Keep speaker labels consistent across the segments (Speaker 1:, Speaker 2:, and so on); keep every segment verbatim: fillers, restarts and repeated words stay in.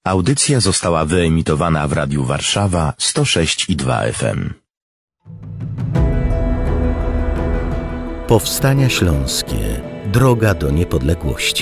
Speaker 1: Audycja została wyemitowana w Radiu Warszawa sto sześć i dwa F M.
Speaker 2: Powstania śląskie. Droga do niepodległości.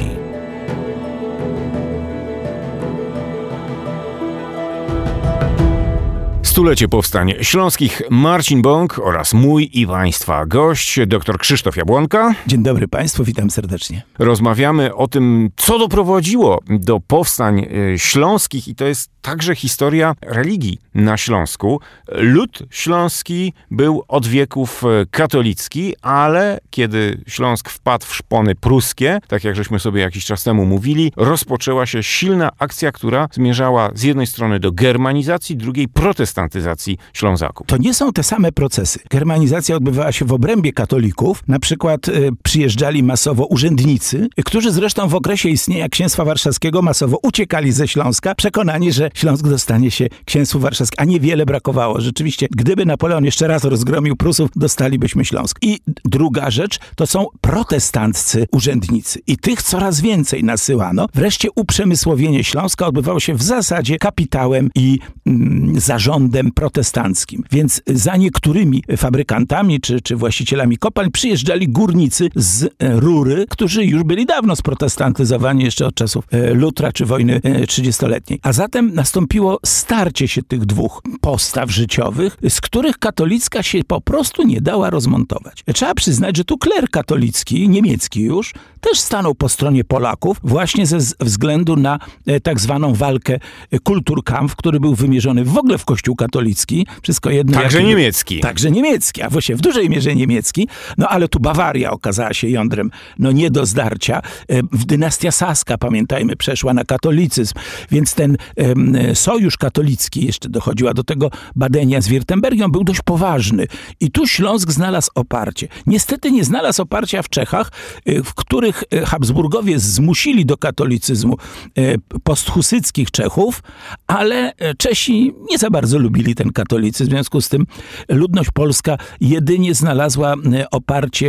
Speaker 3: Stulecie powstań śląskich. Marcin Bąk oraz mój i państwa gość, dr Krzysztof Jabłonka.
Speaker 4: Dzień dobry państwu, witam serdecznie.
Speaker 3: Rozmawiamy o tym, co doprowadziło do powstań śląskich i to jest także historia religii na Śląsku. Lud śląski był od wieków katolicki, ale kiedy Śląsk wpadł w szpony pruskie, tak jak żeśmy sobie jakiś czas temu mówili, rozpoczęła się silna akcja, która zmierzała z jednej strony do germanizacji, drugiej protestantyzacji Ślązaków.
Speaker 4: To nie są te same procesy. Germanizacja odbywała się w obrębie katolików. Na przykład y, przyjeżdżali masowo urzędnicy, y, którzy zresztą w okresie istnienia Księstwa Warszawskiego masowo uciekali ze Śląska, przekonani, że Śląsk dostanie się Księstwu Warszawskiemu, a niewiele brakowało. Rzeczywiście, gdyby Napoleon jeszcze raz rozgromił Prusów, dostalibyśmy Śląsk. I druga rzecz, to są protestanccy urzędnicy. I tych coraz więcej nasyłano. Wreszcie uprzemysłowienie Śląska odbywało się w zasadzie kapitałem i mm, zarządem protestanckim. Więc za niektórymi fabrykantami czy, czy właścicielami kopalń przyjeżdżali górnicy z Rury, którzy już byli dawno sprotestantyzowani jeszcze od czasów e, Lutra czy wojny e, trzydziestoletniej. A zatem nastąpiło starcie się tych dwóch postaw życiowych, z których katolicka się po prostu nie dała rozmontować. Trzeba przyznać, że tu kler katolicki, niemiecki już, też stanął po stronie Polaków właśnie ze względu na e, tak zwaną walkę e, Kulturkampf, który był wymierzony w ogóle w Kościół katolicki. Wszystko jedno.
Speaker 3: Także
Speaker 4: jaki,
Speaker 3: niemiecki.
Speaker 4: Także niemiecki, a właściwie w dużej mierze niemiecki. No ale tu Bawaria okazała się jądrem no nie do zdarcia. E, dynastia saska, pamiętajmy, przeszła na katolicyzm, więc ten e, sojusz katolicki, jeszcze dochodziła do tego Badenia z Wirtembergią, był dość poważny. I tu Śląsk znalazł oparcie. Niestety nie znalazł oparcia w Czechach, w których Habsburgowie zmusili do katolicyzmu posthusyckich Czechów, ale Czesi nie za bardzo lubili ten katolicyzm. W związku z tym ludność polska jedynie znalazła oparcie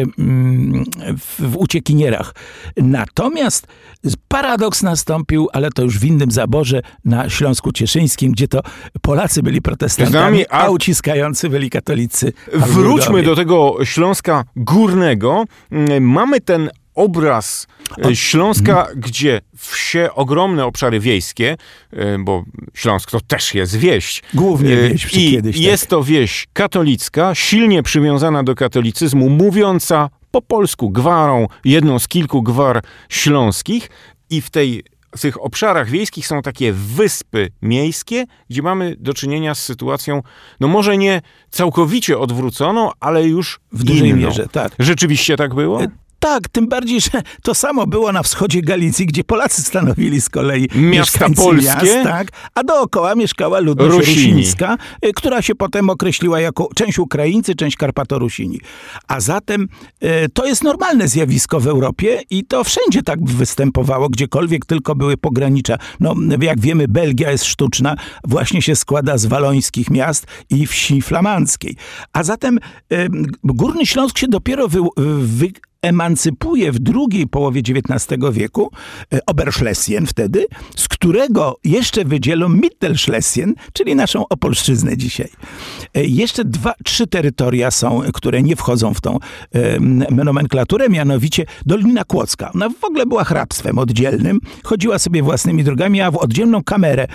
Speaker 4: w, w uciekinierach. Natomiast paradoks nastąpił, ale to już w innym zaborze, na Śląsku Cieszyńskim, gdzie to Polacy byli protestantami, a, a uciskający byli katolicy.
Speaker 3: Wróćmy do tego Śląska Górnego. Mamy ten obraz Śląska, o. gdzie wsie, ogromne obszary wiejskie, bo Śląsk to też jest wieś.
Speaker 4: Głównie wieś
Speaker 3: I
Speaker 4: kiedyś.
Speaker 3: jest
Speaker 4: tak.
Speaker 3: to wieś katolicka, silnie przywiązana do katolicyzmu, mówiąca po polsku gwarą, jedną z kilku gwar śląskich. I w tej W tych obszarach wiejskich są takie wyspy miejskie, gdzie mamy do czynienia z sytuacją, no może nie całkowicie odwróconą, ale już
Speaker 4: w dużej
Speaker 3: inną.
Speaker 4: mierze, tak.
Speaker 3: Rzeczywiście tak było?
Speaker 4: Tak, tym bardziej, że to samo było na wschodzie Galicji, gdzie Polacy stanowili z kolei
Speaker 3: miasta polskie,
Speaker 4: miast, tak, a dookoła mieszkała ludność
Speaker 3: Rusini.
Speaker 4: rusińska, która się potem określiła jako część Ukraińcy, część Karpatorusini. A zatem e, to jest normalne zjawisko w Europie i to wszędzie tak występowało, gdziekolwiek tylko były pogranicza. No, jak wiemy, Belgia jest sztuczna, właśnie się składa z walońskich miast i wsi flamandzkiej. A zatem e, Górny Śląsk się dopiero wy, wy emancypuje w drugiej połowie dziewiętnastego wieku, Oberschlesien wtedy, z którego jeszcze wydzielą Mittelschlesien, czyli naszą Opolszczyznę dzisiaj. Jeszcze dwa, trzy terytoria są, które nie wchodzą w tą e, nomenklaturę, mianowicie Dolina Kłodzka. Ona w ogóle była hrabstwem oddzielnym, chodziła sobie własnymi drogami, a w oddzielną kamerę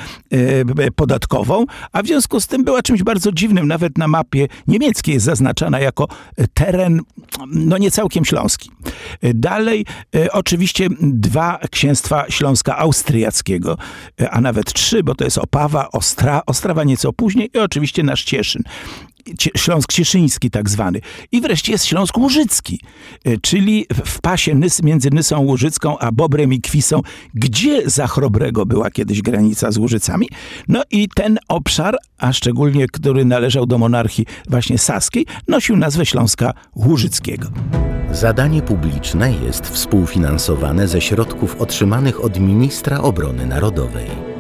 Speaker 4: e, podatkową, a w związku z tym była czymś bardzo dziwnym. Nawet na mapie niemieckiej jest zaznaczana jako teren, no nie całkiem śląski. Dalej e, oczywiście dwa księstwa Śląska Austriackiego, e, a nawet trzy, bo to jest Opawa, Ostra, Ostrawa nieco później i oczywiście nasz Cieszyn. Śląsk Cieszyński tak zwany. I wreszcie jest Śląsk Łużycki, czyli w pasie Nys, między Nysą Łużycką a Bobrem i Kwisą, gdzie za Chrobrego była kiedyś granica z Łużycami. No i ten obszar, a szczególnie który należał do monarchii właśnie saskiej, nosił nazwę Śląska Łużyckiego.
Speaker 2: Zadanie publiczne jest współfinansowane ze środków otrzymanych od Ministra Obrony Narodowej.